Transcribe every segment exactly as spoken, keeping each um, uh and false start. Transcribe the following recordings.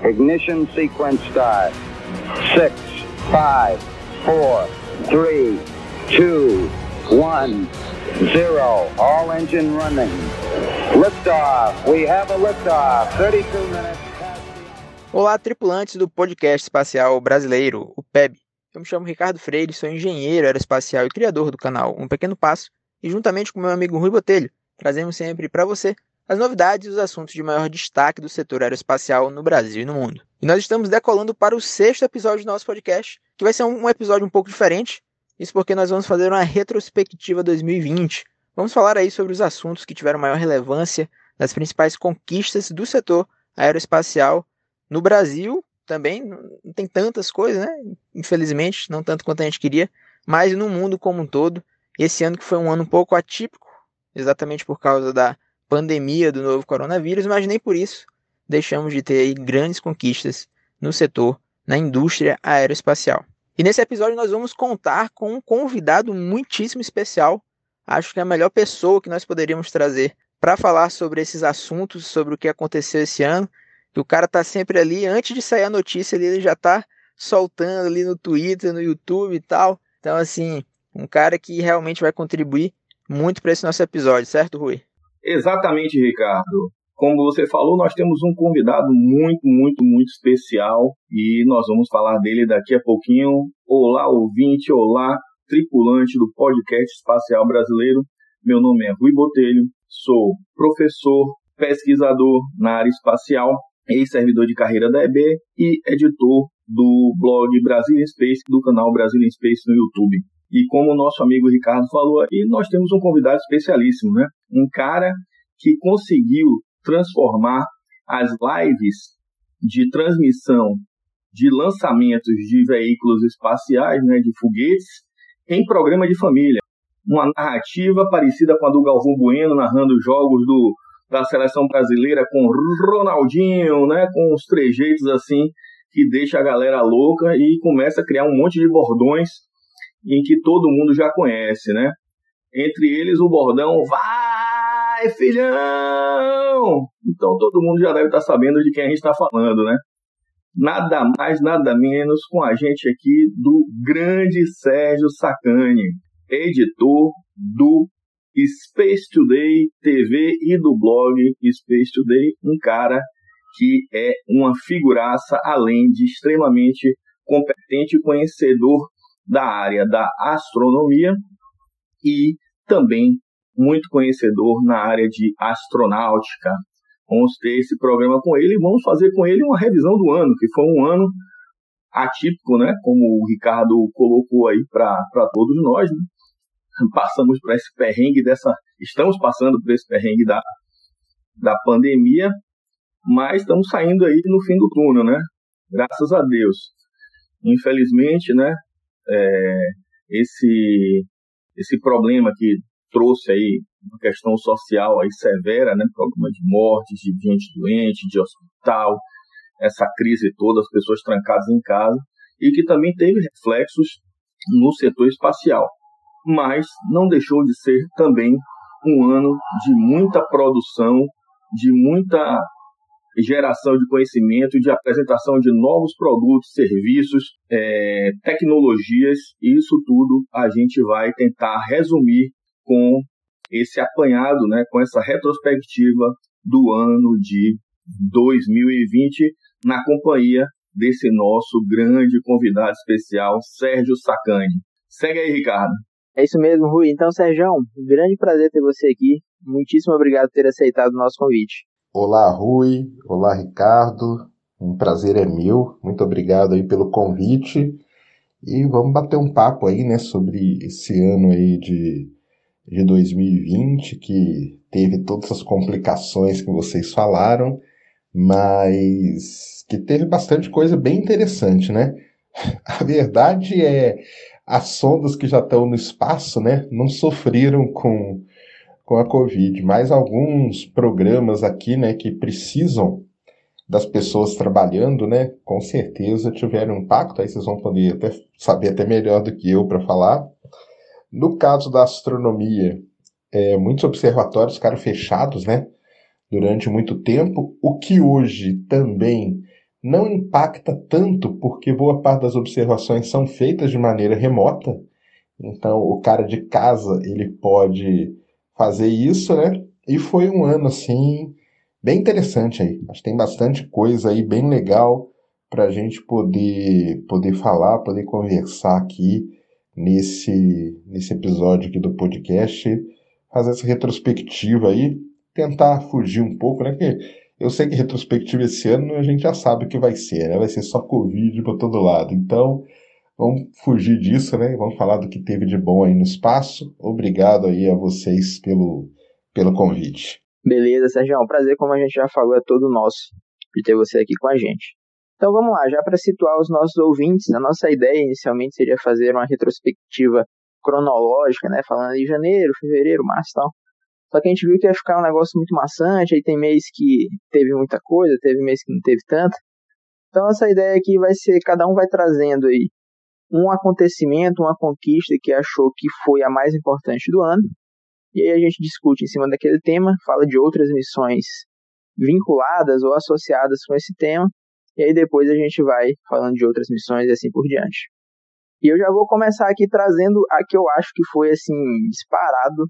Ignition sequence start. Six, five, four, three, two, one, zero. All engine running. Liftoff. We have a liftoff. thirty-two minutes. Olá, tripulantes do podcast espacial brasileiro, o P E B. Eu me chamo Ricardo Freire, sou engenheiro aeroespacial e criador do canal Um Pequeno Passo, e juntamente com meu amigo Rui Botelho, trazemos sempre para você as novidades e os assuntos de maior destaque do setor aeroespacial no Brasil e no mundo. E nós estamos decolando para o sexto episódio do nosso podcast, que vai ser um episódio um pouco diferente, isso porque nós vamos fazer uma retrospectiva dois mil e vinte. Vamos falar aí sobre os assuntos que tiveram maior relevância, das principais conquistas do setor aeroespacial no Brasil. Também não tem tantas coisas, né? Infelizmente, não tanto quanto a gente queria, mas no mundo como um todo. Esse ano que foi um ano um pouco atípico, exatamente por causa da pandemia do novo coronavírus, mas nem por isso deixamos de ter aí grandes conquistas no setor, na indústria aeroespacial. E nesse episódio nós vamos contar com um convidado muitíssimo especial. Acho que é a melhor pessoa que nós poderíamos trazer para falar sobre esses assuntos, sobre o que aconteceu esse ano. Que o cara tá sempre ali, antes de sair a notícia, ele já tá soltando ali no Twitter, no YouTube e tal. Então, assim, um cara que realmente vai contribuir muito para esse nosso episódio, certo, Rui? Exatamente, Ricardo. Como você falou, nós temos um convidado muito, muito, muito especial e nós vamos falar dele daqui a pouquinho. Olá, ouvinte, olá, tripulante do podcast espacial brasileiro. Meu nome é Rui Botelho, sou professor, pesquisador na área espacial, ex-servidor de carreira da E B e editor do blog Brazilian Space, do canal Brazilian Space no YouTube. E como o nosso amigo Ricardo falou aí, nós temos um convidado especialíssimo, né? Um cara que conseguiu transformar as lives de transmissão de lançamentos de veículos espaciais, né, de foguetes, em programa de família. Uma narrativa parecida com a do Galvão Bueno, narrando jogos do da seleção brasileira com Ronaldinho, né, com os trejeitos assim, que deixa a galera louca e começa a criar um monte de bordões em que todo mundo já conhece, né? Entre eles o bordão, vai, filhão! Então todo mundo já deve estar sabendo de quem a gente está falando, né? Nada mais, nada menos com a gente aqui do grande Sérgio Sacani, editor do Space Today T V e do blog Space Today, um cara que é uma figuraça, além de extremamente competente e conhecedor da área da astronomia e também muito conhecedor na área de astronáutica. Vamos ter esse programa com ele e vamos fazer com ele uma revisão do ano, que foi um ano atípico, né? Como o Ricardo colocou aí para todos nós, né? Passamos por esse perrengue dessa, estamos passando por esse perrengue da, da pandemia, mas estamos saindo aí no fim do túnel, né? Graças a Deus. Infelizmente, né? É, esse, esse problema que trouxe aí uma questão social aí severa, né? Problema de mortes, de gente doente, de hospital, essa crise toda, as pessoas trancadas em casa, e que também teve reflexos no setor espacial. Mas não deixou de ser também um ano de muita produção, de muita geração de conhecimento, de apresentação de novos produtos, serviços, é, tecnologias, e isso tudo a gente vai tentar resumir com esse apanhado, né, com essa retrospectiva do ano de dois mil e vinte, na companhia desse nosso grande convidado especial, Sérgio Sacani. Segue aí, Ricardo. É isso mesmo, Rui. Então, Sérgio, um grande prazer ter você aqui. Muitíssimo obrigado por ter aceitado o nosso convite. Olá, Rui. Olá, Ricardo. Um prazer é meu. Muito obrigado aí pelo convite. E vamos bater um papo aí, né, sobre esse ano aí de, de dois mil e vinte, que teve todas as complicações que vocês falaram, mas que teve bastante coisa bem interessante, né? A verdade é, as sondas que já estão no espaço, né, não sofreram com, com a Covid, mas alguns programas aqui, né, que precisam das pessoas trabalhando, né, com certeza tiveram impacto. Aí vocês vão poder até saber até melhor do que eu para falar. No caso da astronomia, é, muitos observatórios ficaram fechados, né, durante muito tempo, o que hoje também não impacta tanto porque boa parte das observações são feitas de maneira remota. Então, o cara de casa, ele pode fazer isso, né? E foi um ano, assim, bem interessante aí. Acho que tem bastante coisa aí bem legal para a gente poder, poder falar, poder conversar aqui nesse, nesse episódio aqui do podcast, fazer essa retrospectiva aí, tentar fugir um pouco, né? Porque eu sei que retrospectiva esse ano a gente já sabe o que vai ser, né? Vai ser só Covid para todo lado. Então, vamos fugir disso, né? Vamos falar do que teve de bom aí no espaço. Obrigado aí a vocês pelo, pelo convite. Beleza, Sérgio. Um prazer, como a gente já falou, é todo nosso de ter você aqui com a gente. Então vamos lá, já para situar os nossos ouvintes, a nossa ideia inicialmente seria fazer uma retrospectiva cronológica, né? Falando de janeiro, fevereiro, março e tal. Só que a gente viu que ia ficar um negócio muito maçante, aí tem mês que teve muita coisa, teve mês que não teve tanto. Então essa ideia aqui vai ser, cada um vai trazendo aí um acontecimento, uma conquista que achou que foi a mais importante do ano, e aí a gente discute em cima daquele tema, fala de outras missões vinculadas ou associadas com esse tema, e aí depois a gente vai falando de outras missões e assim por diante. E eu já vou começar aqui trazendo a que eu acho que foi, assim, disparado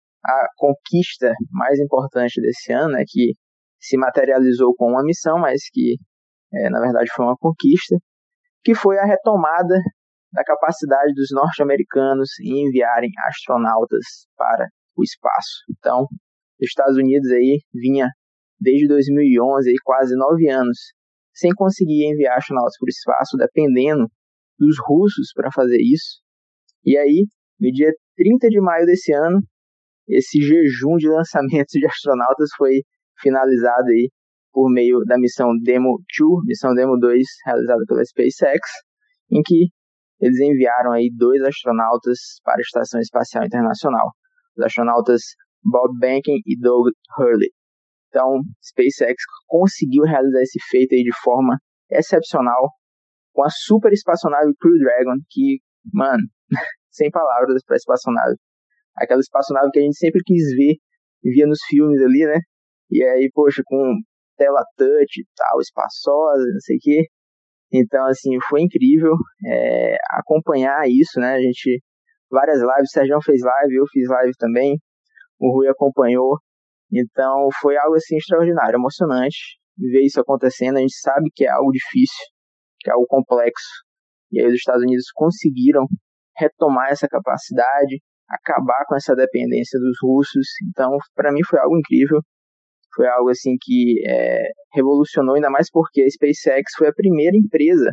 a conquista mais importante desse ano, né, que se materializou com uma missão, mas que, é, na verdade, foi uma conquista, que foi a retomada da capacidade dos norte-americanos em enviarem astronautas para o espaço. Então, os Estados Unidos aí vinha desde dois mil e onze, aí, quase nove anos, sem conseguir enviar astronautas para o espaço, dependendo dos russos para fazer isso. E aí, no dia trinta de maio desse ano, esse jejum de lançamentos de astronautas foi finalizado aí por meio da missão Demo dois, missão Demo dois, realizada pela SpaceX, em que eles enviaram aí dois astronautas para a Estação Espacial Internacional, os astronautas Bob Behnken e Doug Hurley. Então, SpaceX conseguiu realizar esse feito aí de forma excepcional, com a super espaçonave Crew Dragon, que, mano, sem palavras para espaçonave. Aquela espaçonave que a gente sempre quis ver, via nos filmes ali, né? E aí, poxa, com tela touch e tal, espaçosa, não sei o quê. Então, assim, foi incrível é, acompanhar isso, né? A gente, várias lives, o Sérgio fez live, eu fiz live também, o Rui acompanhou. Então, foi algo, assim, extraordinário, emocionante ver isso acontecendo. A gente sabe que é algo difícil, que é algo complexo. E aí os Estados Unidos conseguiram retomar essa capacidade, acabar com essa dependência dos russos. Então, para mim, foi algo incrível. Foi algo assim que é, revolucionou, ainda mais porque a SpaceX foi a primeira empresa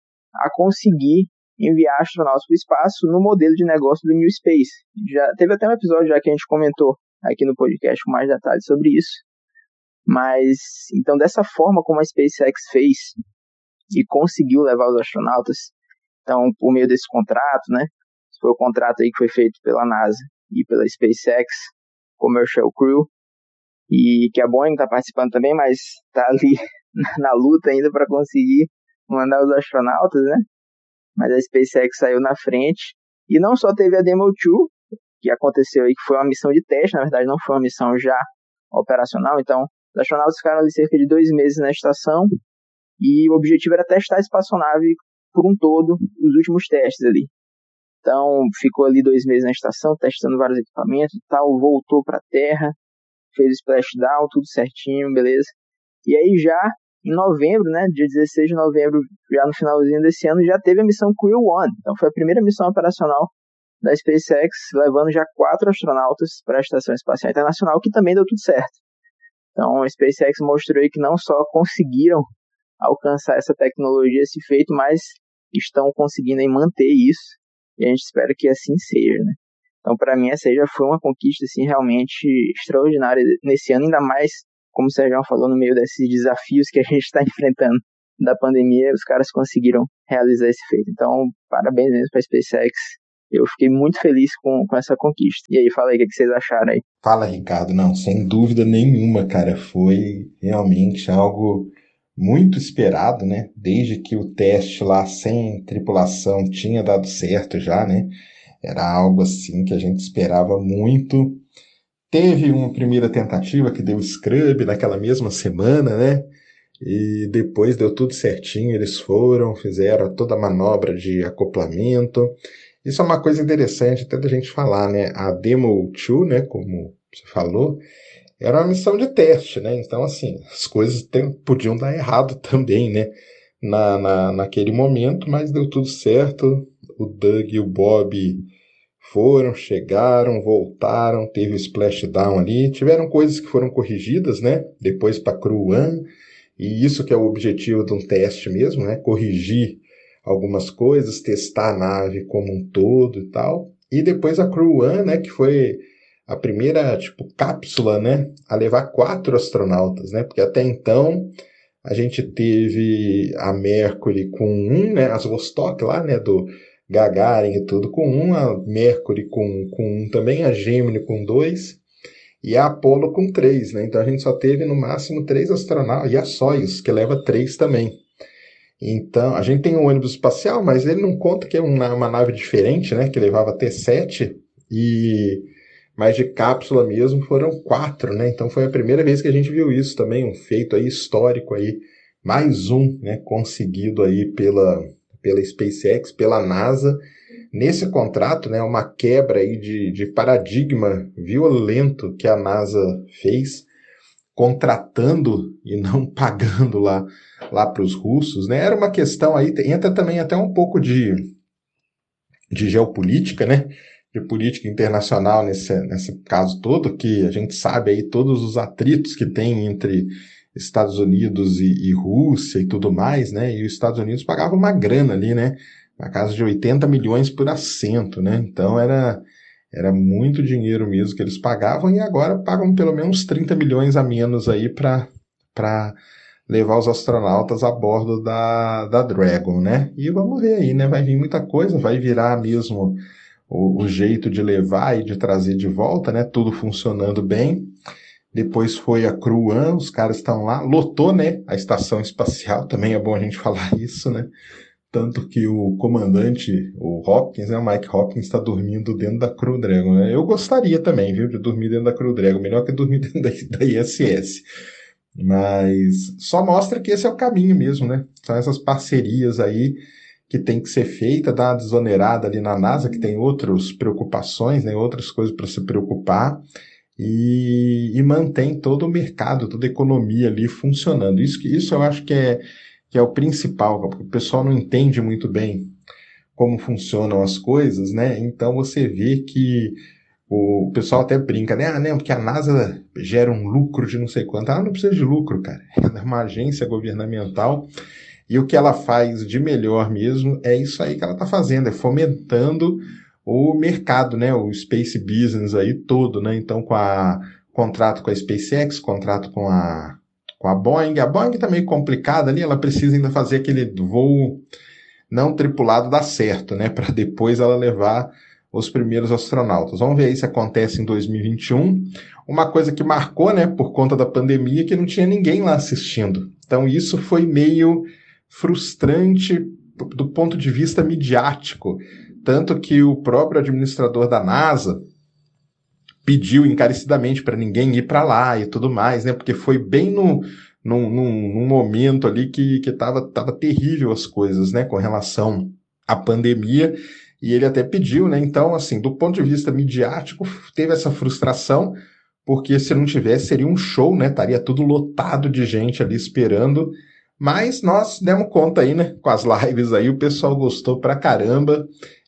a conseguir enviar astronautas para o espaço no modelo de negócio do New Space. Já teve até um episódio já que a gente comentou aqui no podcast com mais detalhes sobre isso. Mas, então, dessa forma como a SpaceX fez e conseguiu levar os astronautas, então, por meio desse contrato, né? Foi o contrato aí que foi feito pela NASA e pela SpaceX, Commercial Crew, e que a Boeing está participando também, mas está ali na luta ainda para conseguir mandar os astronautas, né? Mas a SpaceX saiu na frente, e não só teve a Demo dois, que aconteceu aí, que foi uma missão de teste, na verdade não foi uma missão já operacional, então os astronautas ficaram ali cerca de dois meses na estação, e o objetivo era testar a espaçonave por um todo, os últimos testes ali. Então, ficou ali dois meses na estação, testando vários equipamentos e tal, voltou para a Terra, fez o splashdown, tudo certinho, beleza. E aí já, em novembro, né, dia dezesseis de novembro, já no finalzinho desse ano, já teve a missão Crew One. Então, foi a primeira missão operacional da SpaceX, levando já quatro astronautas para a Estação Espacial Internacional, que também deu tudo certo. Então, a SpaceX mostrou aí que não só conseguiram alcançar essa tecnologia, esse feito, mas estão conseguindo aí manter isso. E a gente espera que assim seja, né? Então, para mim, essa aí já foi uma conquista, assim, realmente extraordinária nesse ano, ainda mais, como o Sérgio falou, no meio desses desafios que a gente está enfrentando da pandemia, os caras conseguiram realizar esse feito. Então, parabéns mesmo para a SpaceX. Eu fiquei muito feliz com, com essa conquista. E aí, fala aí, o que vocês acharam aí? Fala, Ricardo. Não, sem dúvida nenhuma, cara. Foi realmente algo muito esperado, né? Desde que o teste lá sem tripulação tinha dado certo já, né? Era algo assim que a gente esperava muito. Teve uma primeira tentativa que deu scrub naquela mesma semana, né? e depois deu tudo certinho, eles foram, fizeram toda a manobra de acoplamento. Isso é uma coisa interessante até da gente falar, né? A Demo dois, né, como você falou, era uma missão de teste, né? Então, assim, as coisas tem, podiam dar errado também, né? Na, na, naquele momento, mas deu tudo certo. O Doug e o Bob foram, chegaram, voltaram, teve o splashdown ali. Tiveram coisas que foram corrigidas, né? Depois para a Crew One, e isso que é o objetivo de um teste mesmo, né? Corrigir algumas coisas, testar a nave como um todo e tal. E depois a Crew One, né? Que foi a primeira, tipo, cápsula, né? A levar quatro astronautas, né? Porque até então a gente teve a Mercury com um, né? As Vostok lá, né? Do Gagarin e tudo com um, a Mercury com, com um também, a Gemini com dois e a Apollo com três, né? Então a gente só teve no máximo três astronautas, e a Soyuz, que leva três também. Então, a gente tem um ônibus espacial, mas ele não conta que é uma, uma nave diferente, né? Que levava até sete, e mas de cápsula mesmo foram quatro, né? Então foi a primeira vez que a gente viu isso também, um feito aí histórico aí, mais um, né? Conseguido aí pela, pela SpaceX, pela NASA. Nesse contrato, né? Uma quebra aí de, de paradigma violento que a NASA fez, contratando e não pagando lá, lá para os russos, né? Era uma questão aí, entra também até um pouco de, de geopolítica, né? De política internacional nesse, nesse caso todo, que a gente sabe aí todos os atritos que tem entre Estados Unidos e, e Rússia e tudo mais, né? E os Estados Unidos pagavam uma grana ali, né? Na casa de oitenta milhões por assento, né? Então era... Era muito dinheiro mesmo que eles pagavam, e agora pagam pelo menos trinta milhões a menos aí para levar os astronautas a bordo da, da Dragon, né? E vamos ver aí, né? Vai vir muita coisa, vai virar mesmo o, o jeito de levar e de trazer de volta, né? Tudo funcionando bem. Depois foi a Crew One, os caras estão lá, lotou, né? A estação espacial, também é bom a gente falar isso, né? Tanto que o comandante, o Hopkins, né, o Mike Hopkins, está dormindo dentro da Crew Dragon, né? Eu gostaria também, viu, de dormir dentro da Crew Dragon, melhor que dormir dentro da, da I S S. Mas só mostra que esse é o caminho mesmo, né? São essas parcerias aí que tem que ser feita, dar uma desonerada ali na NASA, que tem outras preocupações, né, outras coisas para se preocupar, e, e mantém todo o mercado, toda a economia ali funcionando. Isso, isso eu acho que é que é o principal, porque o pessoal não entende muito bem como funcionam as coisas, né? Então você vê que o pessoal até brinca, né? Ah, não, porque a NASA gera um lucro de não sei quanto. Ela não precisa de lucro, cara. Ela é uma agência governamental, e o que ela faz de melhor mesmo é isso aí que ela está fazendo, é fomentando o mercado, né? O space business aí todo, né? Então, com a contrato com a SpaceX, contrato com a com a Boeing. A Boeing tá meio complicada ali, ela precisa ainda fazer aquele voo não tripulado dar certo, né, para depois ela levar os primeiros astronautas. Vamos ver aí se acontece em dois mil e vinte e um. Uma coisa que marcou, né, por conta da pandemia, que não tinha ninguém lá assistindo. Então isso foi meio frustrante do ponto de vista midiático, tanto que o próprio administrador da NASA pediu encarecidamente para ninguém ir para lá e tudo mais, né? Porque foi bem no, no, num, num momento ali que que tava, tava terrível as coisas, né? Com relação à pandemia, e ele até pediu, né? Então, assim, do ponto de vista midiático, teve essa frustração, porque se não tivesse, seria um show, né? Estaria tudo lotado de gente ali esperando, mas nós demos conta aí, né? Com as lives aí, o pessoal gostou pra caramba.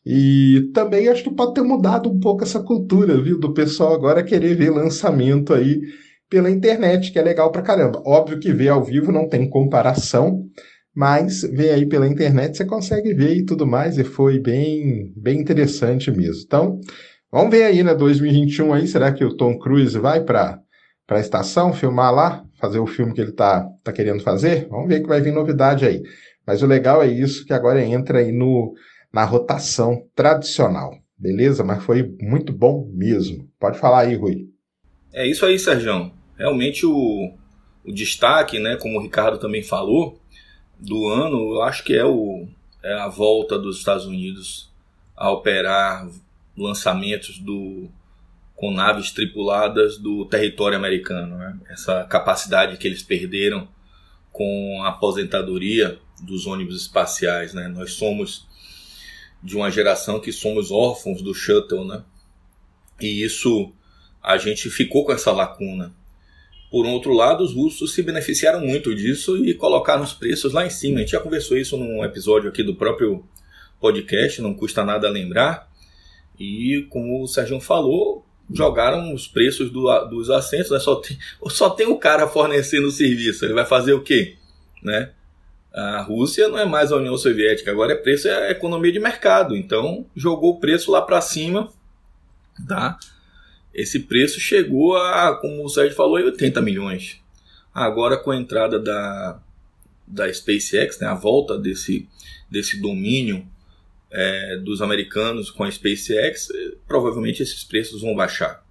E também acho que pode ter mudado um pouco essa cultura, viu? Do pessoal agora querer ver lançamento aí pela internet, que é legal pra caramba. Óbvio que ver ao vivo não tem comparação, mas ver aí pela internet você consegue ver e tudo mais, e foi bem, bem interessante mesmo. Então, vamos ver aí, né, dois mil e vinte e um aí, será que o Tom Cruise vai pra, pra estação filmar lá, fazer o filme que ele tá, tá querendo fazer? Vamos ver que vai vir novidade aí. Mas o legal é isso, que agora entra aí no... na rotação tradicional, beleza? Mas foi muito bom mesmo. Pode falar aí, Rui. É isso aí, Sérgio. Realmente o, o destaque, né, como o Ricardo também falou, do ano, eu acho que é, o, é a volta dos Estados Unidos a operar lançamentos do, com naves tripuladas do território americano, né? Essa capacidade que eles perderam com a aposentadoria dos ônibus espaciais, né? Nós somos de uma geração que somos órfãos do shuttle, né? E isso, a gente ficou com essa lacuna. Por outro lado, os russos se beneficiaram muito disso e colocaram os preços lá em cima. A gente já conversou isso num episódio aqui do próprio podcast, não custa nada lembrar. E como o Serginho falou, jogaram os preços do, dos assentos, né? só, tem, só tem o cara fornecendo o serviço, ele vai fazer o quê? Né? A Rússia não é mais a União Soviética, agora é preço, é a economia de mercado, então jogou o preço lá para cima, tá? Esse preço chegou a, como o Sérgio falou, oitenta milhões. Agora com a entrada da, da SpaceX, né, a volta desse, desse domínio é, dos americanos com a SpaceX, provavelmente esses preços vão baixar.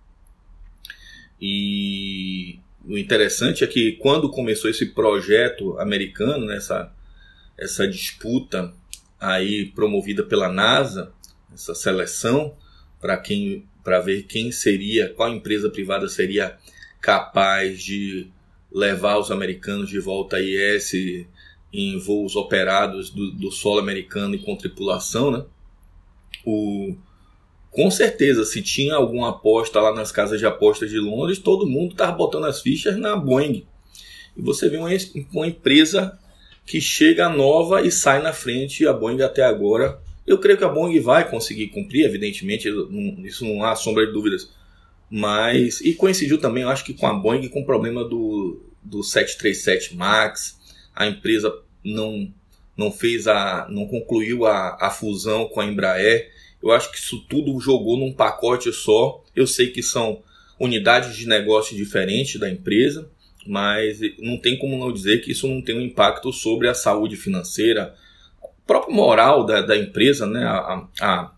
E o interessante é que quando começou esse projeto americano, né, essa, essa disputa aí promovida pela NASA, essa seleção para quem para ver quem seria, qual empresa privada seria capaz de levar os americanos de volta à I S em voos operados do, do solo americano e com tripulação, né? O, com certeza, se tinha alguma aposta lá nas casas de apostas de Londres, todo mundo estava botando as fichas na Boeing. E você vê uma, uma empresa que chega nova e sai na frente, e a Boeing até agora... Eu creio que a Boeing vai conseguir cumprir, evidentemente, isso não há sombra de dúvidas. Mas, e coincidiu também, eu acho que com a Boeing, com o problema do, do sete três sete MAX, a empresa não, não fez a, não concluiu a, a fusão com a Embraer. Eu acho que isso tudo jogou num pacote só. Eu sei que são unidades de negócio diferentes da empresa, mas não tem como não dizer que isso não tem um impacto sobre a saúde financeira, próprio moral da, da empresa, né? a, a,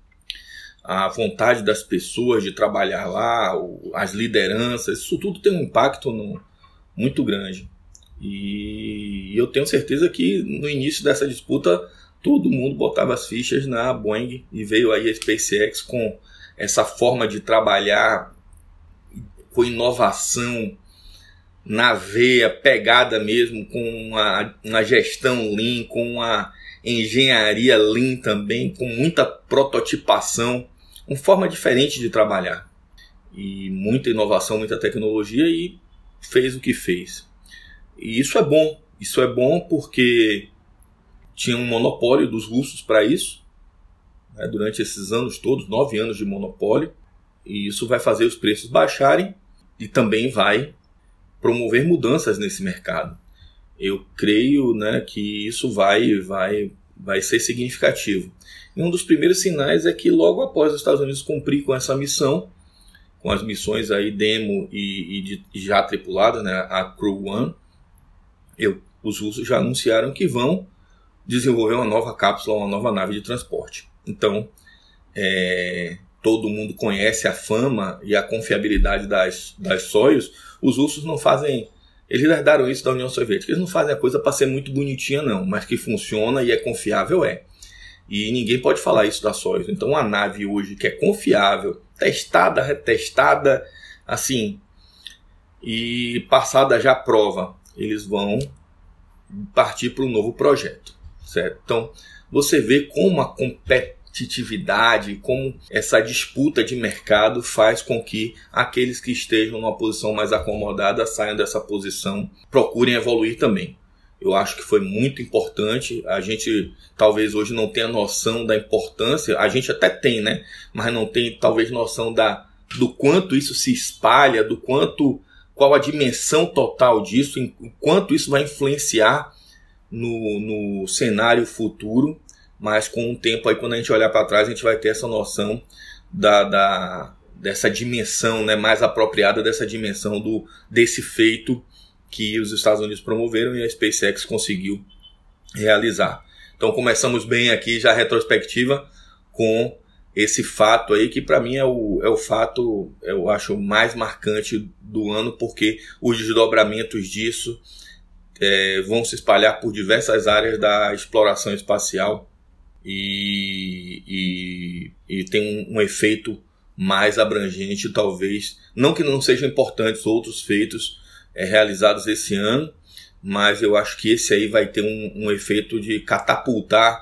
a vontade das pessoas de trabalhar lá, as lideranças, isso tudo tem um impacto no, muito grande. E eu tenho certeza que no início dessa disputa todo mundo botava as fichas na Boeing e veio aí a SpaceX com essa forma de trabalhar com inovação na veia, pegada mesmo, com uma, uma gestão Lean, com uma engenharia Lean também, com muita prototipação, uma forma diferente de trabalhar. E muita inovação, muita tecnologia, e fez o que fez. E isso é bom. Isso é bom porque tinha um monopólio dos russos para isso, né, durante esses anos todos, nove anos de monopólio. E isso vai fazer os preços baixarem e também vai promover mudanças nesse mercado. Eu creio, né, que isso vai, vai, vai ser significativo. E um dos primeiros sinais é que logo após os Estados Unidos cumprir com essa missão, com as missões aí demo e, e, de, e já tripuladas, né, a Crew One, eu, os russos já anunciaram que vão desenvolver uma nova cápsula, uma nova nave de transporte. Então, é, todo mundo conhece a fama e a confiabilidade das, das Soyuz. Os russos não fazem... Eles herdaram isso da União Soviética. Eles não fazem a coisa para ser muito bonitinha, não. Mas que funciona e é confiável, é. E ninguém pode falar isso da Soyuz. Então, uma nave hoje que é confiável, testada, retestada, assim, e passada já a prova, eles vão partir para um novo projeto, certo? Então, você vê como a competitividade, como essa disputa de mercado faz com que aqueles que estejam numa posição mais acomodada saiam dessa posição, procurem evoluir também. Eu acho que foi muito importante. A gente talvez hoje não tenha noção da importância, a gente até tem, né? Mas não tem talvez noção da, do quanto isso se espalha, do quanto, qual a dimensão total disso, o quanto isso vai influenciar no, no cenário futuro. Mas com o tempo aí, quando a gente olhar para trás, a gente vai ter essa noção da, da, dessa dimensão, né, mais apropriada dessa dimensão do, desse feito que os Estados Unidos promoveram e a SpaceX conseguiu realizar. Então começamos bem aqui já a retrospectiva com esse fato aí, que para mim é o, é o fato, eu acho, mais marcante do ano, porque os desdobramentos disso é, vão se espalhar por diversas áreas da exploração espacial. E, e, e tem um, um efeito mais abrangente, talvez, não que não sejam importantes outros feitos é, realizados esse ano, mas eu acho que esse aí vai ter um, um efeito de catapultar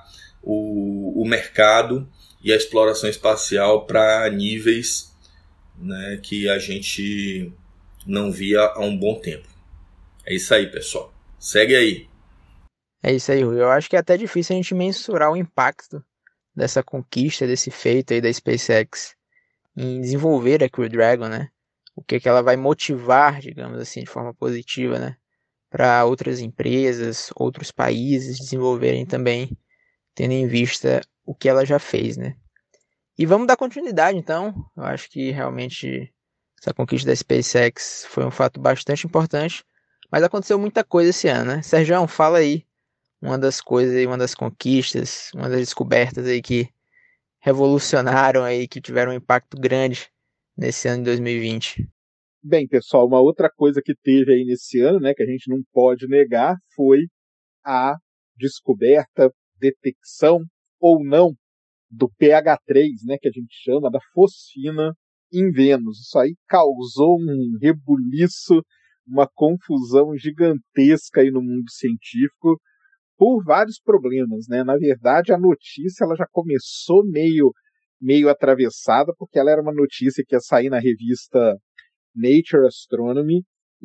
o, o mercado e a exploração espacial para níveis, né, que a gente não via há um bom tempo. É isso aí, pessoal. Segue aí. É isso aí, Rui. Eu acho que é até difícil a gente mensurar o impacto dessa conquista, desse feito aí da SpaceX em desenvolver a Crew Dragon, né? O que que ela vai motivar, digamos assim, de forma positiva, né? Para outras empresas, outros países desenvolverem também, tendo em vista o que ela já fez, né? E vamos dar continuidade, então. Eu acho que realmente essa conquista da SpaceX foi um fato bastante importante, mas aconteceu muita coisa esse ano, né? Sergião, fala aí uma das coisas aí, uma das conquistas, uma das descobertas aí que revolucionaram aí, que tiveram um impacto grande nesse ano de dois mil e vinte. Bem, pessoal, uma outra coisa que teve aí nesse ano, né, que a gente não pode negar, foi a descoberta, detecção ou não do P H três, né, que a gente chama da fosfina em Vênus. Isso aí causou um rebuliço, uma confusão gigantesca aí no mundo científico por vários problemas, né? Na verdade, a notícia ela já começou meio meio atravessada, porque ela era uma notícia que ia sair na revista Nature Astronomy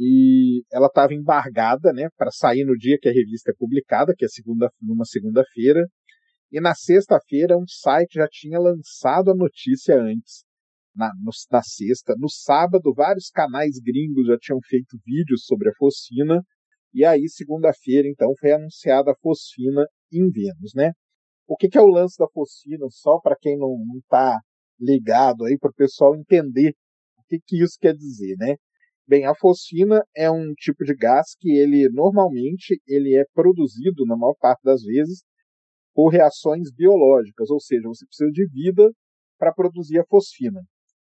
e ela estava embargada, né, para sair no dia que a revista é publicada, que é segunda, numa segunda-feira. E na sexta-feira, um site já tinha lançado a notícia antes, na, no, na sexta. No sábado, vários canais gringos já tinham feito vídeos sobre a fosfina. E aí, segunda-feira, então, foi anunciada a fosfina em Vênus, né? O que, que é o lance da fosfina? Só para quem não está ligado aí, para o pessoal entender o que, que isso quer dizer, né? Bem, a fosfina é um tipo de gás que ele, normalmente, ele é produzido, na maior parte das vezes, por reações biológicas, ou seja, você precisa de vida para produzir a fosfina.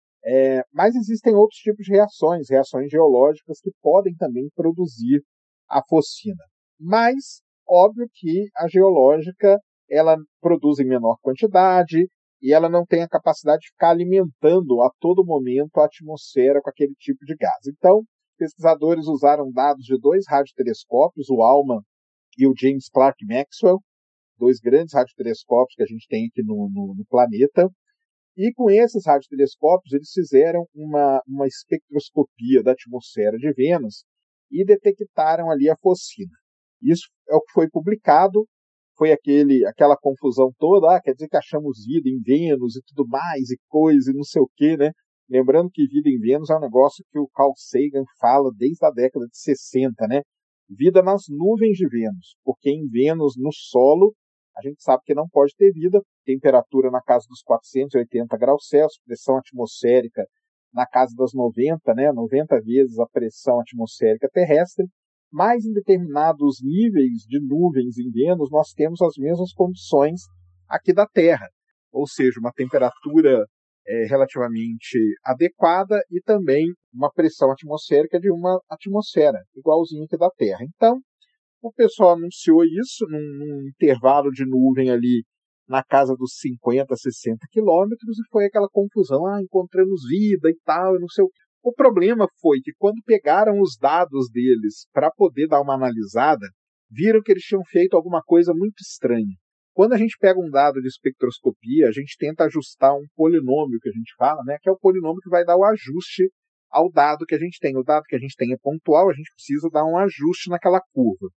É, mas existem outros tipos de reações, reações geológicas que podem também produzir a fosfina. Mas, óbvio que a geológica ela produz em menor quantidade e ela não tem a capacidade de ficar alimentando a todo momento a atmosfera com aquele tipo de gás. Então, pesquisadores usaram dados de dois radiotelescópios, o ALMA e o James Clerk Maxwell, dois grandes radiotelescópios que a gente tem aqui no, no, no planeta. E com esses radiotelescópios, eles fizeram uma, uma espectroscopia da atmosfera de Vênus e detectaram ali a fosfina. Isso é o que foi publicado, foi aquele, aquela confusão toda, ah, quer dizer que achamos vida em Vênus e tudo mais, e coisa, e não sei o quê, né? Lembrando que vida em Vênus é um negócio que o Carl Sagan fala desde a década de sessenta, né? Vida nas nuvens de Vênus, porque em Vênus, no solo, a gente sabe que não pode ter vida, temperatura na casa dos quatrocentos e oitenta graus Celsius, pressão atmosférica na casa das noventa, né, noventa vezes a pressão atmosférica terrestre, mas em determinados níveis de nuvens em Vênus nós temos as mesmas condições aqui da Terra, ou seja, uma temperatura é, relativamente adequada e também uma pressão atmosférica de uma atmosfera, igualzinho aqui da Terra. Então, o pessoal anunciou isso num, num intervalo de nuvem ali na casa dos cinquenta, sessenta quilômetros e foi aquela confusão, ah, encontramos vida e tal, e não sei o que. O problema foi que quando pegaram os dados deles para poder dar uma analisada, viram que eles tinham feito alguma coisa muito estranha. Quando a gente pega um dado de espectroscopia, a gente tenta ajustar um polinômio que a gente fala, né, que é o polinômio que vai dar o ajuste ao dado que a gente tem. O dado que a gente tem é pontual, a gente precisa dar um ajuste naquela curva.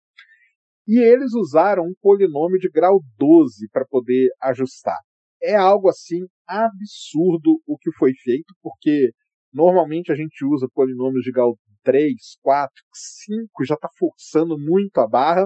E eles usaram um polinômio de grau doze para poder ajustar. É algo assim absurdo o que foi feito, porque normalmente a gente usa polinômios de grau três, quatro, cinco, já está forçando muito a barra,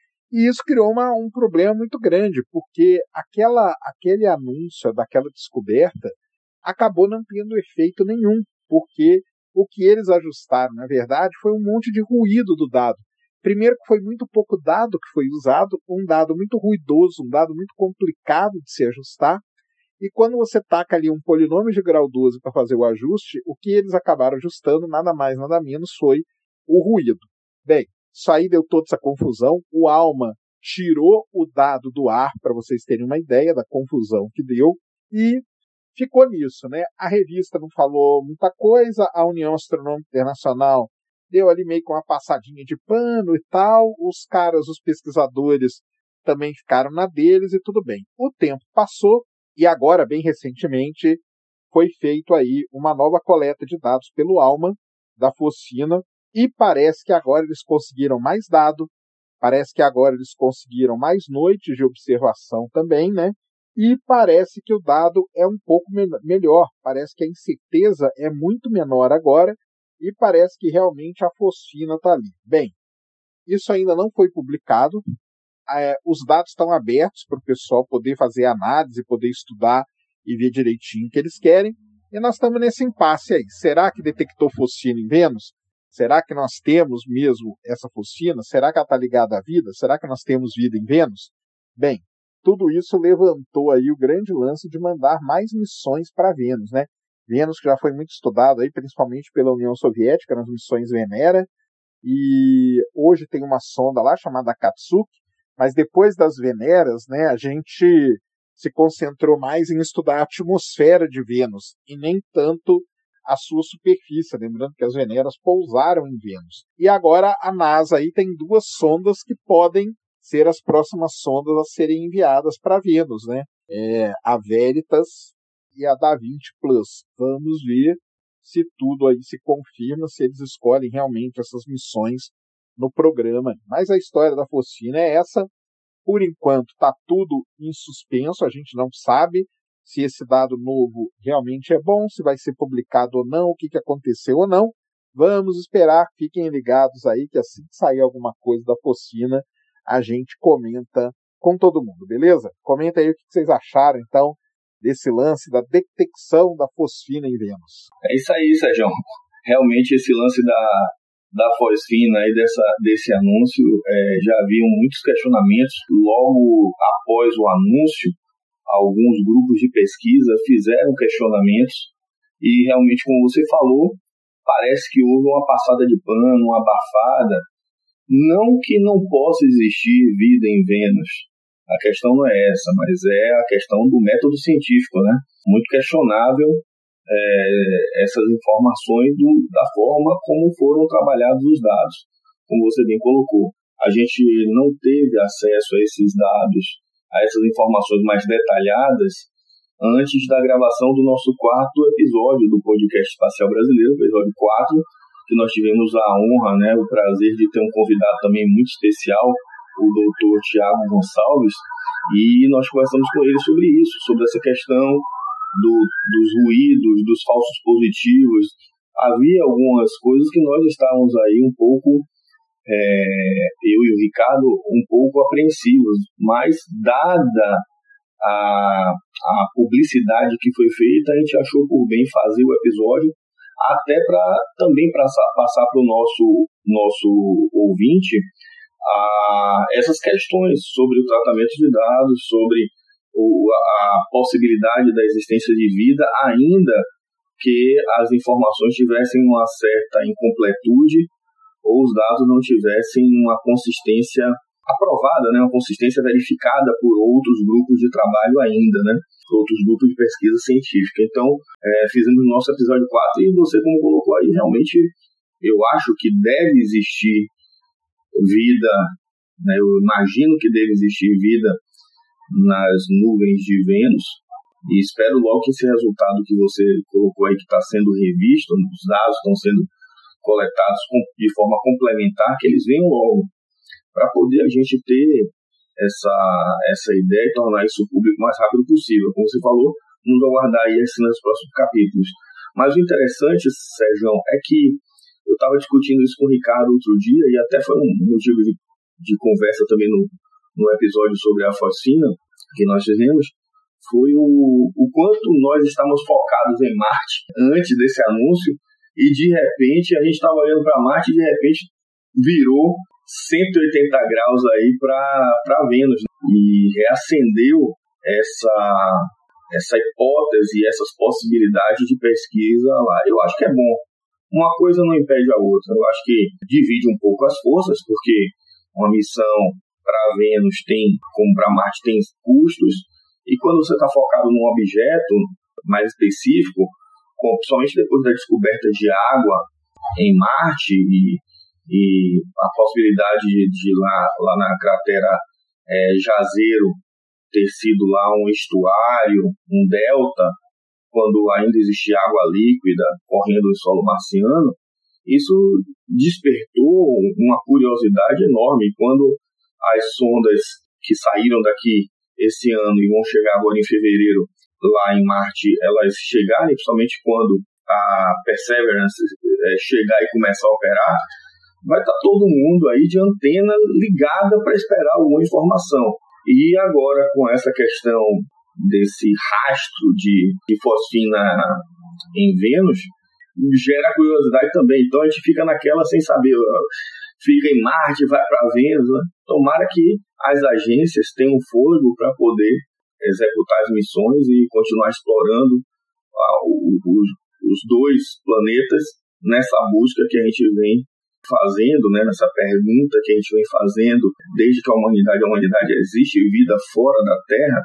e isso criou uma, um problema muito grande, porque aquela, aquele anúncio daquela descoberta acabou não tendo efeito nenhum, porque o que eles ajustaram, na verdade, foi um monte de ruído do dado. Primeiro que foi muito pouco dado que foi usado, um dado muito ruidoso, um dado muito complicado de se ajustar, e quando você taca ali um polinômio de grau doze para fazer o ajuste, o que eles acabaram ajustando, nada mais, nada menos, foi o ruído. Bem, isso aí deu toda essa confusão, o ALMA tirou o dado do ar, para vocês terem uma ideia da confusão que deu, e ficou nisso, né? A revista não falou muita coisa, a União Astronômica Internacional deu ali meio que uma passadinha de pano e tal, os caras, os pesquisadores também ficaram na deles e tudo bem. O tempo passou e agora, bem recentemente, foi feito aí uma nova coleta de dados pelo ALMA da Focina e parece que agora eles conseguiram mais dado, parece que agora eles conseguiram mais noites de observação também, né? E parece que o dado é um pouco me- melhor, parece que a incerteza é muito menor agora e parece que realmente a fosfina está ali. Bem, isso ainda não foi publicado, é, os dados estão abertos para o pessoal poder fazer análise, poder estudar e ver direitinho o que eles querem, e nós estamos nesse impasse aí. Será que detectou fosfina em Vênus? Será que nós temos mesmo essa fosfina? Será que ela está ligada à vida? Será que nós temos vida em Vênus? Bem, tudo isso levantou aí o grande lance de mandar mais missões para Vênus, né? Vênus que já foi muito estudado aí, principalmente pela União Soviética, nas missões Venera, e hoje tem uma sonda lá chamada Katsuki, mas depois das Veneras, né, a gente se concentrou mais em estudar a atmosfera de Vênus e nem tanto a sua superfície, lembrando que as Veneras pousaram em Vênus. E agora a NASA aí tem duas sondas que podem ser as próximas sondas a serem enviadas para Vênus, né? É, a Veritas e a Da Vinci Plus. Vamos ver se tudo aí se confirma, se eles escolhem realmente essas missões no programa. Mas a história da fosfina é essa. Por enquanto está tudo em suspenso, a gente não sabe se esse dado novo realmente é bom, se vai ser publicado ou não, o que, que aconteceu ou não. Vamos esperar, fiquem ligados aí, que assim que sair alguma coisa da fosfina, a gente comenta com todo mundo, beleza? Comenta aí o que vocês acharam, então, desse lance da detecção da fosfina em Vênus. É isso aí, Sérgio. Realmente esse lance da, da fosfina e dessa, desse anúncio, é, já haviam muitos questionamentos. Logo após o anúncio, alguns grupos de pesquisa fizeram questionamentos e realmente, como você falou, parece que houve uma passada de pano, uma abafada. Não que não possa existir vida em Vênus, a questão não é essa, mas é a questão do método científico, né? Muito questionável é, essas informações do, da forma como foram trabalhados os dados, como você bem colocou. A gente não teve acesso a esses dados, a essas informações mais detalhadas, antes da gravação do nosso quarto episódio do podcast Espacial Brasileiro, episódio quatro, que nós tivemos a honra, né, o prazer de ter um convidado também muito especial, o doutor Tiago Gonçalves, e nós conversamos com ele sobre isso, sobre essa questão do, dos ruídos, dos falsos positivos. Havia algumas coisas que nós estávamos aí um pouco, é, eu e o Ricardo, um pouco apreensivos, mas dada a, a publicidade que foi feita, a gente achou por bem fazer o episódio, até para também pra, passar para o nosso, nosso ouvinte a, essas questões sobre o tratamento de dados, sobre o, a possibilidade da existência de vida, ainda que as informações tivessem uma certa incompletude ou os dados não tivessem uma consistência aprovada, né, uma consistência verificada por outros grupos de trabalho ainda, né, por outros grupos de pesquisa científica. Então, é, fizemos o nosso episódio quatro e você, como colocou aí, realmente eu acho que deve existir vida, né, eu imagino que deve existir vida nas nuvens de Vênus e espero logo que esse resultado que você colocou aí, que está sendo revisto, os dados estão sendo coletados de forma complementar, que eles venham logo, para poder a gente ter essa, essa ideia e tornar isso público o mais rápido possível. Como você falou, vamos aguardar aí assim, nos próximos capítulos. Mas o interessante, Sérgio, é que eu estava discutindo isso com o Ricardo outro dia, e até foi um motivo de, de conversa também no, no episódio sobre a fosfina que nós fizemos, foi o, o quanto nós estávamos focados em Marte antes desse anúncio, e de repente a gente estava olhando para Marte e de repente virou cento e oitenta graus aí para Vênus, e reacendeu essa, essa hipótese, essas possibilidades de pesquisa lá. Eu acho que é bom. Uma coisa não impede a outra. Eu acho que divide um pouco as forças, porque uma missão para Vênus tem, como para Marte, tem custos, e quando você está focado num objeto mais específico, principalmente depois da descoberta de água em Marte e, e a possibilidade de, de lá, lá na cratera é, Jazero ter sido lá um estuário, um delta, quando ainda existia água líquida correndo no solo marciano, isso despertou uma curiosidade enorme. Quando as sondas que saíram daqui esse ano e vão chegar agora em fevereiro lá em Marte, elas chegarem, principalmente quando a Perseverance é, chegar e começar a operar, vai estar todo mundo aí de antena ligada para esperar alguma informação. E agora, com essa questão desse rastro de, de fosfina em Vênus, gera curiosidade também. Então a gente fica naquela sem saber, fica em Marte, vai para Vênus, né? Tomara que as agências tenham fôlego para poder executar as missões e continuar explorando ah, o, os, os dois planetas nessa busca que a gente vem fazendo, né, nessa pergunta que a gente vem fazendo desde que a humanidade, a humanidade existe, vida fora da Terra.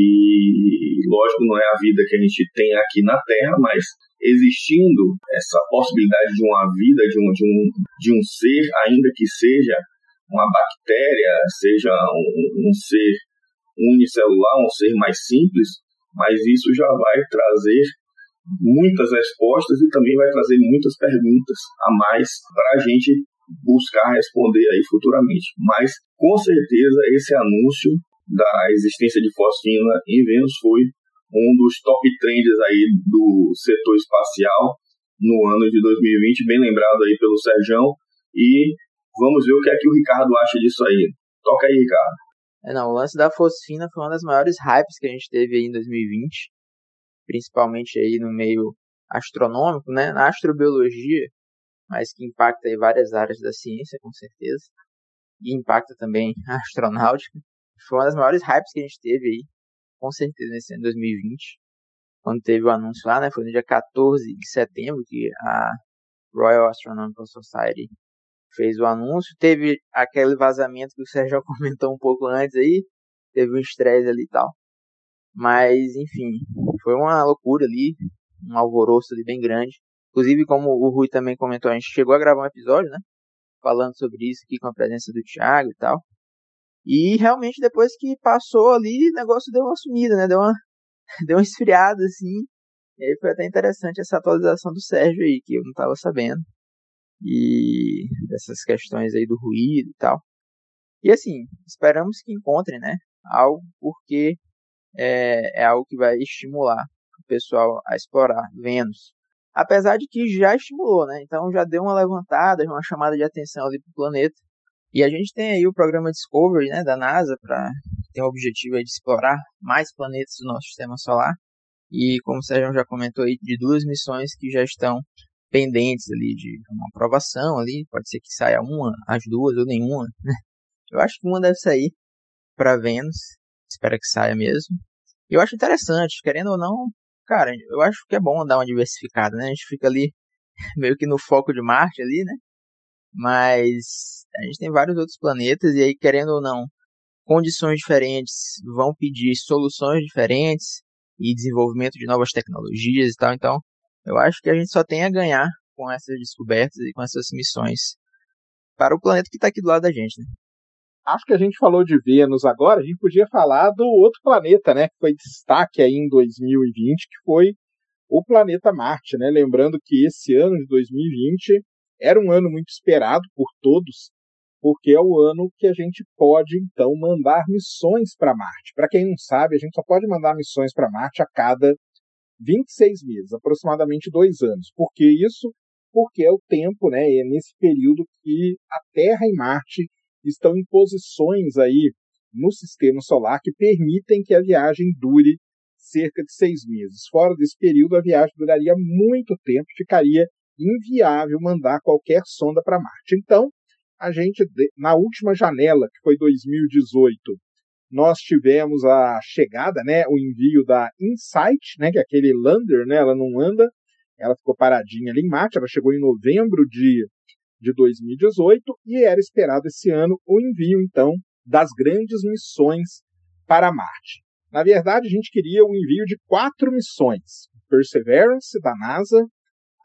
E lógico, não é a vida que a gente tem aqui na Terra, mas existindo essa possibilidade de uma vida, de um, de um, de um ser, ainda que seja uma bactéria, seja um, um ser unicelular, um ser mais simples, mas isso já vai trazer muitas respostas e também vai trazer muitas perguntas a mais para a gente buscar responder aí futuramente. Mas, com certeza, esse anúncio da existência de fosfina em Vênus foi um dos top trends aí do setor espacial no ano de dois mil e vinte, bem lembrado aí pelo Serjão, e vamos ver o que é que o Ricardo acha disso aí. Toca aí, Ricardo. É, não, o lance da fosfina foi uma das maiores hypes que a gente teve aí em dois mil e vinte, principalmente aí no meio astronômico, né, na astrobiologia, mas que impacta aí várias áreas da ciência, com certeza, e impacta também a astronáutica. Foi uma das maiores hypes que a gente teve aí, com certeza, nesse ano de dois mil e vinte, quando teve o anúncio lá, né, foi no dia quatorze de setembro que a Royal Astronomical Society fez o anúncio. Teve aquele vazamento que o Sérgio comentou um pouco antes aí, teve um estresse ali e tal. Mas, enfim, foi uma loucura ali, um alvoroço ali bem grande. Inclusive, como o Rui também comentou, a gente chegou a gravar um episódio, né, falando sobre isso aqui com a presença do Thiago e tal. E realmente depois que passou ali, o negócio deu uma sumida, né, deu uma, deu uma esfriada assim. E aí foi até interessante essa atualização do Sérgio aí, que eu não estava sabendo. E dessas questões aí do ruído e tal. E assim, esperamos que encontrem, né, algo, porque é, é algo que vai estimular o pessoal a explorar Vênus. Apesar de que já estimulou, né, então já deu uma levantada, uma chamada de atenção ali para o planeta. E a gente tem aí o programa Discovery, né, da NASA, para ter o objetivo aí de explorar mais planetas do nosso sistema solar. E como o Sérgio já comentou aí, de duas missões que já estão pendentes ali de uma aprovação ali, pode ser que saia uma, as duas ou nenhuma, né? Eu acho que uma deve sair para Vênus, espero que saia mesmo. E eu acho interessante, querendo ou não, cara, eu acho que é bom dar uma diversificada, né? A gente fica ali meio que no foco de Marte ali, né? Mas a gente tem vários outros planetas e aí, querendo ou não, condições diferentes vão pedir soluções diferentes e desenvolvimento de novas tecnologias e tal. Então, eu acho que a gente só tem a ganhar com essas descobertas e com essas missões para o planeta que está aqui do lado da gente, né? Acho que a gente falou de Vênus agora, a gente podia falar do outro planeta, né, que foi destaque aí em dois mil e vinte, que foi o planeta Marte, né? Lembrando que esse ano de dois mil e vinte era um ano muito esperado por todos, porque é o ano que a gente pode, então, mandar missões para Marte. Para quem não sabe, a gente só pode mandar missões para Marte a cada vinte e seis meses, aproximadamente dois anos. Por que isso? Porque é o tempo, né, é nesse período que a Terra e Marte estão em posições aí no sistema solar que permitem que a viagem dure cerca de seis meses. Fora desse período, a viagem duraria muito tempo, ficaria inviável mandar qualquer sonda para Marte. Então, a gente, na última janela, que foi dois mil e dezoito, nós tivemos a chegada, né, o envio da InSight, né, que é aquele lander, né, ela não anda, ela ficou paradinha ali em Marte, ela chegou em novembro de, de dois mil e dezoito, e era esperado esse ano o envio, então, das grandes missões para Marte. Na verdade, a gente queria o envio de quatro missões: Perseverance, da NASA,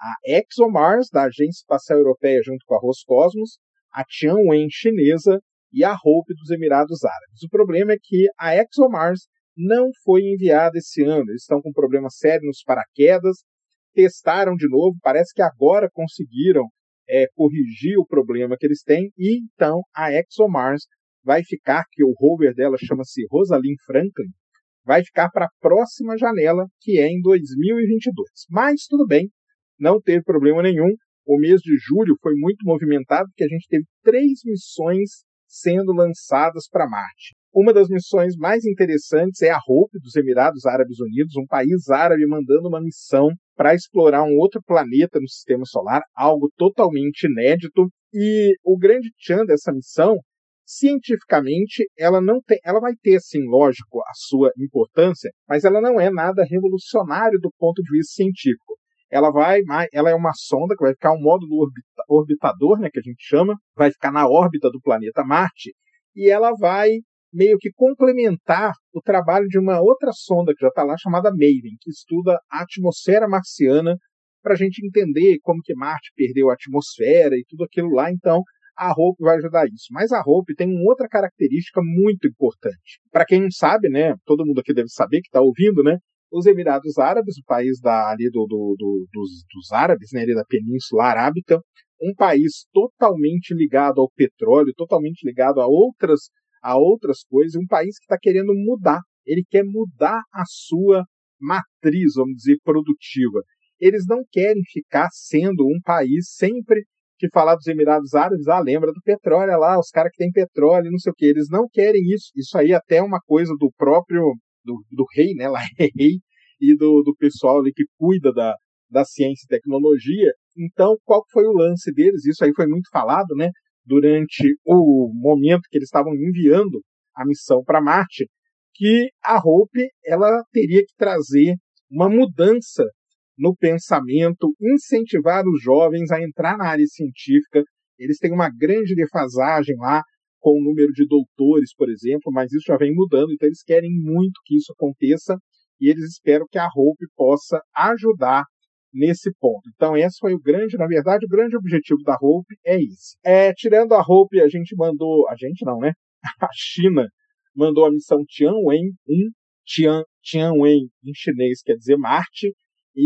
A ExoMars, da Agência Espacial Europeia, junto com a Roscosmos, a Tianwen chinesa e a Hope dos Emirados Árabes. O problema é que a ExoMars não foi enviada esse ano. Eles estão com um problema sério nos paraquedas, testaram de novo, parece que agora conseguiram é, corrigir o problema que eles têm, e então a ExoMars vai ficar, que o rover dela chama-se Rosalind Franklin, vai ficar para a próxima janela, que é em dois mil e vinte e dois. Mas tudo bem, não teve problema nenhum. O mês de julho foi muito movimentado, porque a gente teve três missões sendo lançadas para Marte. Uma das missões mais interessantes é a Hope dos Emirados Árabes Unidos, um país árabe mandando uma missão para explorar um outro planeta no sistema solar, algo totalmente inédito. E o grande tchan dessa missão, cientificamente, ela não tem, ela vai ter, sim, lógico, a sua importância, mas ela não é nada revolucionário do ponto de vista científico. Ela vai, ela é uma sonda que vai ficar um módulo orbitador, né, que a gente chama, vai ficar na órbita do planeta Marte, e ela vai meio que complementar o trabalho de uma outra sonda que já está lá, chamada Maven, que estuda a atmosfera marciana, para a gente entender como que Marte perdeu a atmosfera e tudo aquilo lá. Então, a Hope vai ajudar isso. Mas a Hope tem uma outra característica muito importante. Para quem não sabe, né, todo mundo aqui deve saber, que está ouvindo, né, os Emirados Árabes, o país da, ali do, do, do, dos, dos árabes, né, ali da Península Arábica, um país totalmente ligado ao petróleo, totalmente ligado a outras, a outras coisas, um país que está querendo mudar. Ele quer mudar a sua matriz, vamos dizer, produtiva. Eles não querem ficar sendo um país sempre que falar dos Emirados Árabes, ah, lembra do petróleo, olha lá, os caras que têm petróleo, não sei o quê. Eles não querem isso. Isso aí até é uma coisa do próprio, do, do rei, né, lá é rei, e do, do pessoal ali que cuida da, da ciência e tecnologia. Então, qual foi o lance deles? Isso aí foi muito falado, né, durante o momento que eles estavam enviando a missão para Marte, que a Hope, ela teria que trazer uma mudança no pensamento, incentivar os jovens a entrar na área científica. Eles têm uma grande defasagem lá com o número de doutores, por exemplo, mas isso já vem mudando, então eles querem muito que isso aconteça e eles esperam que a Hope possa ajudar nesse ponto. Então esse foi o grande, na verdade, o grande objetivo da Hope é esse. É, tirando a Hope, a gente mandou, a gente não, né? A China mandou a missão Tianwen um, Tian, Tianwen em chinês quer dizer Marte,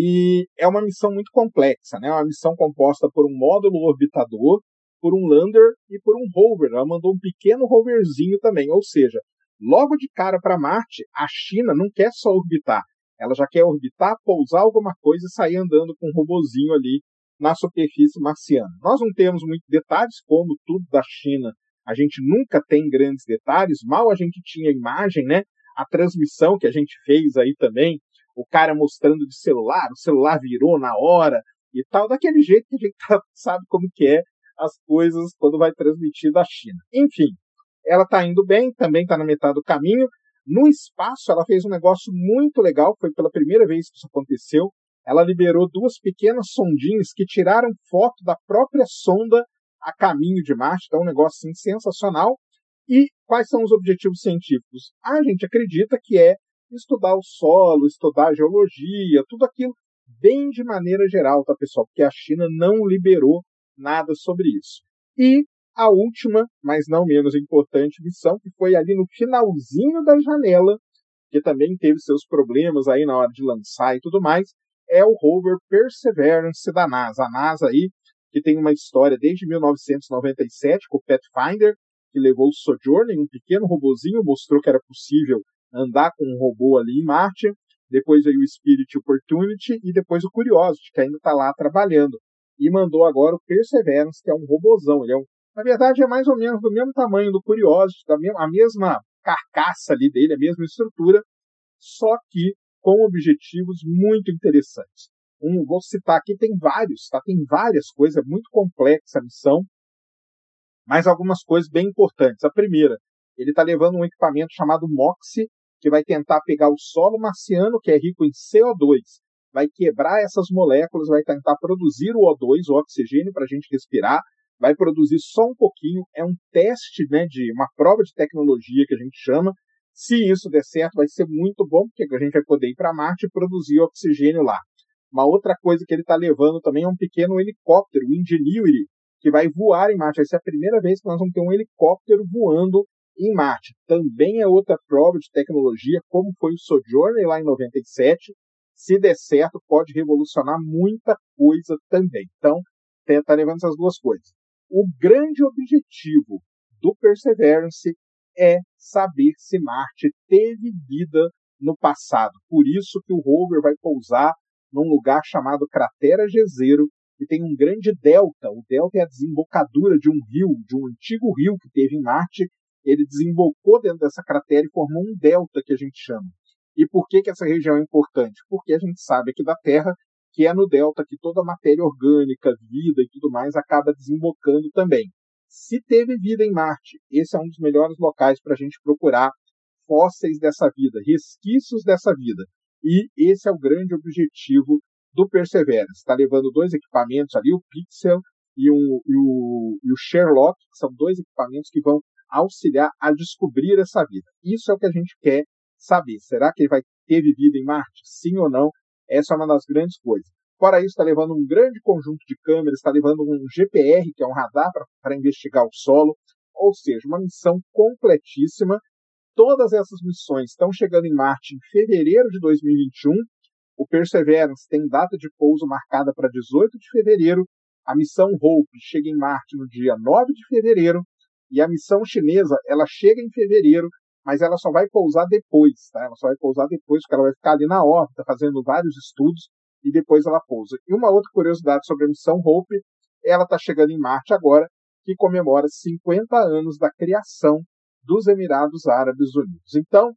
e é uma missão muito complexa, né? É uma missão composta por um módulo orbitador, por um lander e por um rover. Ela mandou um pequeno roverzinho também, ou seja, logo de cara para Marte, a China não quer só orbitar, ela já quer orbitar, pousar alguma coisa e sair andando com um robozinho ali na superfície marciana. Nós não temos muitos detalhes, como tudo da China, a gente nunca tem grandes detalhes, mal a gente tinha imagem, né? A transmissão que a gente fez aí também, o cara mostrando de celular, o celular virou na hora e tal, daquele jeito que a gente sabe como que é as coisas quando vai transmitir da China. Enfim, ela está indo bem, também está na metade do caminho. No espaço, ela fez um negócio muito legal, foi pela primeira vez que isso aconteceu. Ela liberou duas pequenas sondinhas que tiraram foto da própria sonda a caminho de Marte, então um negócio assim, sensacional. E quais são os objetivos científicos? A gente acredita que é estudar o solo, estudar a geologia, tudo aquilo bem de maneira geral, tá, pessoal? Porque a China não liberou nada sobre isso. E a última, mas não menos importante, missão, que foi ali no finalzinho da janela, que também teve seus problemas aí na hora de lançar e tudo mais, é o rover Perseverance da NASA. A NASA aí, que tem uma história desde mil novecentos e noventa e sete com o Pathfinder, que levou o Sojourner, um pequeno robozinho, mostrou que era possível andar com um robô ali em Marte. Depois veio o Spirit Opportunity e depois o Curiosity, que ainda está lá trabalhando. E mandou agora o Perseverance, que é um robozão. Ele é um, na verdade, é mais ou menos do mesmo tamanho do Curiosity, da mesma, a mesma carcaça ali dele, a mesma estrutura, só que com objetivos muito interessantes. Um, vou citar aqui, tem vários, tá? Tem várias coisas, é muito complexa a missão, mas algumas coisas bem importantes. A primeira, ele está levando um equipamento chamado MOXIE, que vai tentar pegar o solo marciano, que é rico em C O dois, vai quebrar essas moléculas, vai tentar produzir o O dois, o oxigênio, para a gente respirar, vai produzir só um pouquinho, é um teste, né, de uma prova de tecnologia que a gente chama. Se isso der certo, vai ser muito bom, porque a gente vai poder ir para Marte e produzir oxigênio lá. Uma outra coisa que ele está levando também é um pequeno helicóptero, o Ingenuity, que vai voar em Marte. Essa é a primeira vez que nós vamos ter um helicóptero voando em Marte. Também é outra prova de tecnologia, como foi o Sojourner lá em noventa e sete. Se der certo, pode revolucionar muita coisa também. Então, está levando essas duas coisas. O grande objetivo do Perseverance é saber se Marte teve vida no passado. Por isso que o rover vai pousar num lugar chamado Cratera Jezero, que tem um grande delta. O delta é a desembocadura de um rio, de um antigo rio que teve em Marte. Ele desembocou dentro dessa cratera e formou um delta, que a gente chama. E por que que essa região é importante? Porque a gente sabe aqui da Terra que é no delta que toda a matéria orgânica, vida e tudo mais acaba desembocando também. Se teve vida em Marte, esse é um dos melhores locais para a gente procurar fósseis dessa vida, resquícios dessa vida. E esse é o grande objetivo do Perseverance. Está levando dois equipamentos ali, o Pixel e, um, e, o, e o Sherlock, que são dois equipamentos que vão auxiliar a descobrir essa vida. Isso é o que a gente quer saber. Será que ele vai ter vida em Marte? Sim ou não? Essa é uma das grandes coisas. Fora isso, está levando um grande conjunto de câmeras, está levando um G P R, que é um radar para investigar o solo, ou seja, uma missão completíssima. Todas essas missões estão chegando em Marte em fevereiro de dois mil e vinte e um. O Perseverance tem data de pouso marcada para dezoito de fevereiro. A missão Hope chega em Marte no dia nove de fevereiro. E a missão chinesa, ela chega em fevereiro, mas ela só vai pousar depois, tá? Ela só vai pousar depois, porque ela vai ficar ali na órbita, fazendo vários estudos, e depois ela pousa. E uma outra curiosidade sobre a missão Hope, ela está chegando em Marte agora, que comemora cinquenta anos da criação dos Emirados Árabes Unidos. Então,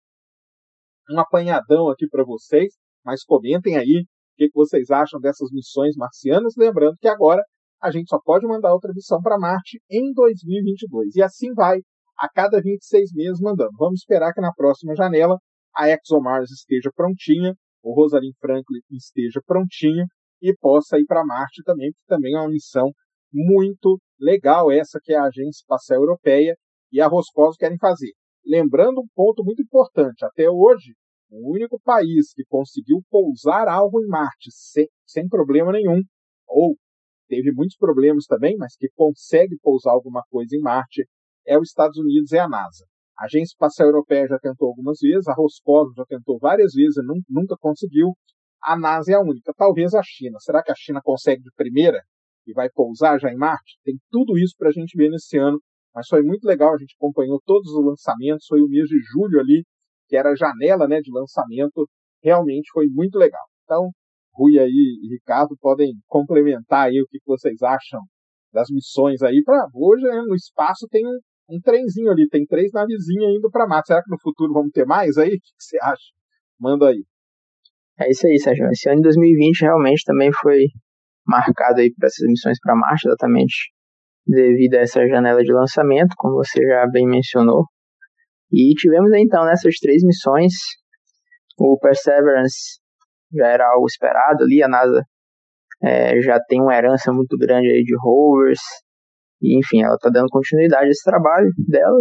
um apanhadão aqui para vocês, mas comentem aí o que, que vocês acham dessas missões marcianas, lembrando que agora a gente só pode mandar outra missão para Marte em dois mil e vinte e dois. E assim vai, a cada vinte e seis meses mandando. Vamos esperar que na próxima janela a ExoMars esteja prontinha, o Rosalind Franklin esteja prontinho e possa ir para Marte também, que também é uma missão muito legal, essa que é a Agência Espacial Europeia e a Roscosmos querem fazer. Lembrando um ponto muito importante, até hoje, o único país que conseguiu pousar algo em Marte sem, sem problema nenhum, ou teve muitos problemas também, mas que consegue pousar alguma coisa em Marte, é os Estados Unidos e a NASA. A Agência Espacial Europeia já tentou algumas vezes, a Roscosmos já tentou várias vezes e nunca conseguiu. A NASA é a única. Talvez a China. Será que a China consegue de primeira e vai pousar já em Marte? Tem tudo isso para a gente ver nesse ano, mas foi muito legal, a gente acompanhou todos os lançamentos, foi o mês de julho ali, que era a janela, né, de lançamento, realmente foi muito legal. Então, Rui aí e Ricardo podem complementar aí o que vocês acham das missões aí. Para hoje, né, no espaço tem um, um trenzinho ali, tem três navezinhas indo para Marte. Será que no futuro vamos ter mais aí? O que você acha? Manda aí. É isso aí, Sérgio. Esse ano de dois mil e vinte realmente também foi marcado aí por essas missões para Marte, exatamente devido a essa janela de lançamento, como você já bem mencionou. E tivemos aí, então, nessas três missões, o Perseverance já era algo esperado ali, a NASA é, já tem uma herança muito grande aí de rovers, e enfim, ela está dando continuidade a esse trabalho dela,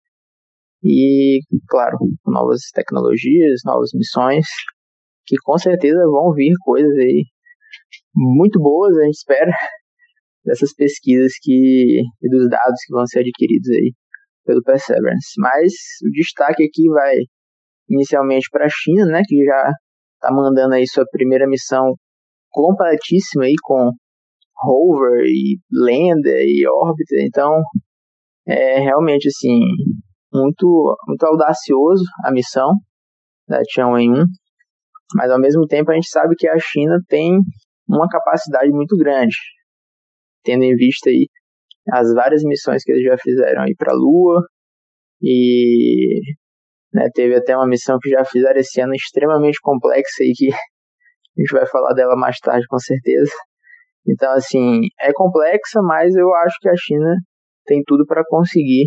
e claro, com novas tecnologias, novas missões, que com certeza vão vir coisas aí muito boas, a gente espera, dessas pesquisas que, e dos dados que vão ser adquiridos aí pelo Perseverance. Mas o destaque aqui vai inicialmente para a China, né, que já está mandando aí sua primeira missão completíssima aí com rover e lander e órbita. Então, é realmente assim muito muito audacioso a missão da Tianwen um, mas ao mesmo tempo a gente sabe que a China tem uma capacidade muito grande, tendo em vista aí as várias missões que eles já fizeram aí para a Lua, e né, teve até uma missão que já fizeram esse ano extremamente complexa aí, que a gente vai falar dela mais tarde com certeza. Então assim, é complexa, mas eu acho que a China tem tudo para conseguir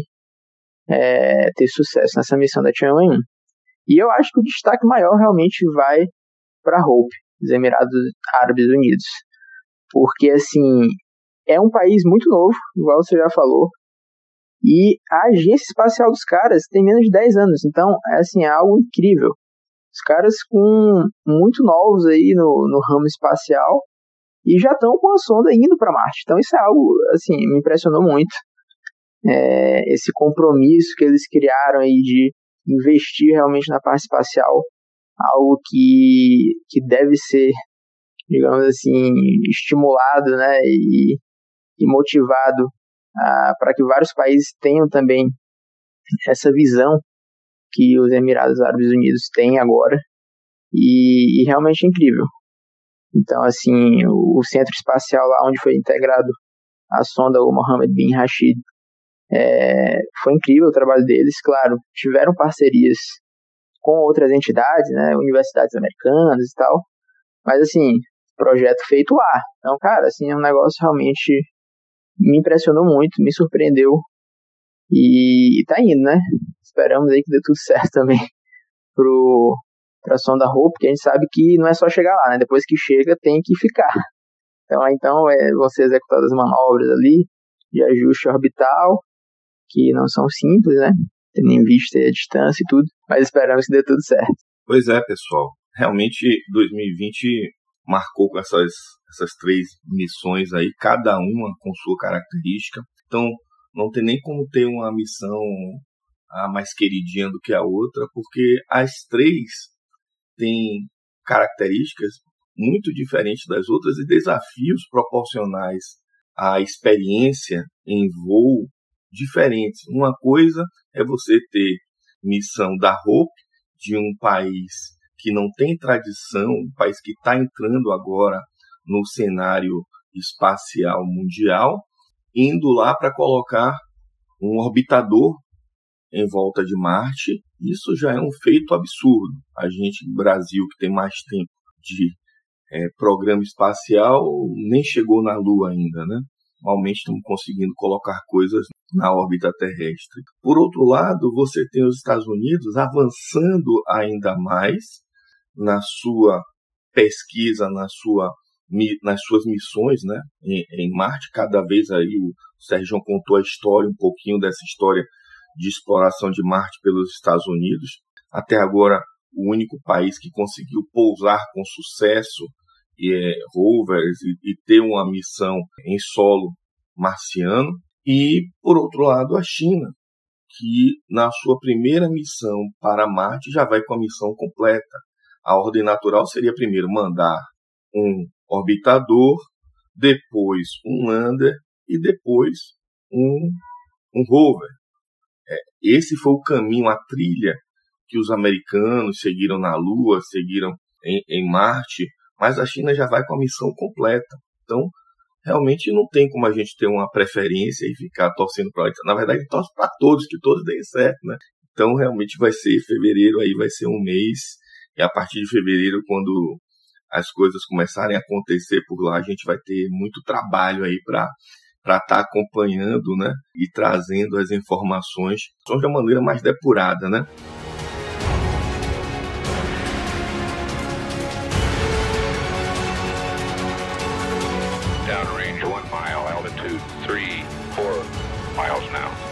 é, ter sucesso nessa missão da Tianwen um. E eu acho que o destaque maior realmente vai para Hope, dos Emirados Árabes Unidos, porque assim, é um país muito novo, igual você já falou, e a agência espacial dos caras tem menos de dez anos, então assim, é algo incrível. Os caras com muito novos aí no, no ramo espacial e já estão com a sonda indo para Marte. Então isso é algo, assim, me impressionou muito. É, esse compromisso que eles criaram aí de investir realmente na parte espacial, algo que, que deve ser, digamos assim, estimulado, né, e, e motivado para que vários países tenham também essa visão que os Emirados Árabes Unidos têm agora, e, e realmente é incrível. Então, assim, o, o centro espacial lá onde foi integrado a sonda, o Mohammed bin Rashid, é, foi incrível o trabalho deles. Claro, tiveram parcerias com outras entidades, né, universidades americanas e tal, mas assim, projeto feito lá. Então, cara, assim, é um negócio realmente me impressionou muito, me surpreendeu, e, e tá indo, né? Esperamos aí que dê tudo certo também pro, pra sonda Hope, porque a gente sabe que não é só chegar lá, né? Depois que chega, tem que ficar. Então, então é, vão ser executadas manobras ali de ajuste orbital, que não são simples, né? Tendo em vista a distância e tudo, mas esperamos que dê tudo certo. Pois é, pessoal. Realmente, dois mil e vinte marcou com essas, essas três missões aí, cada uma com sua característica. Então, não tem nem como ter uma missão a mais queridinha do que a outra, porque as três têm características muito diferentes das outras e desafios proporcionais à experiência em voo diferentes. Uma coisa é você ter missão da Hope de um país que não tem tradição, um país que está entrando agora no cenário espacial mundial, indo lá para colocar um orbitador em volta de Marte. Isso já é um feito absurdo. A gente, no Brasil, que tem mais tempo de é, programa espacial, nem chegou na Lua ainda, né? Normalmente estamos conseguindo colocar coisas na órbita terrestre. Por outro lado, você tem os Estados Unidos avançando ainda mais na sua pesquisa, na sua, nas suas missões, né, em, em Marte. Cada vez aí o Sérgio contou a história, um pouquinho dessa história de exploração de Marte pelos Estados Unidos. Até agora, o único país que conseguiu pousar com sucesso e, é, rovers e, e ter uma missão em solo marciano. E, por outro lado, a China, que na sua primeira missão para Marte já vai com a missão completa. A ordem natural seria primeiro mandar um orbitador, depois um lander e depois um, um rover. É, esse foi o caminho, a trilha que os americanos seguiram na Lua, seguiram em, em Marte, mas a China já vai com a missão completa. Então, realmente não tem como a gente ter uma preferência e ficar torcendo para ela. Na verdade, torce para todos, que todos deem certo, né? Então, realmente vai ser fevereiro, aí vai ser um mês, e a partir de fevereiro, quando as coisas começarem a acontecer por lá, a gente vai ter muito trabalho aí para para estar acompanhando, né, e trazendo as informações de uma maneira mais depurada, né? Downrange one mile, altitude three, four miles now.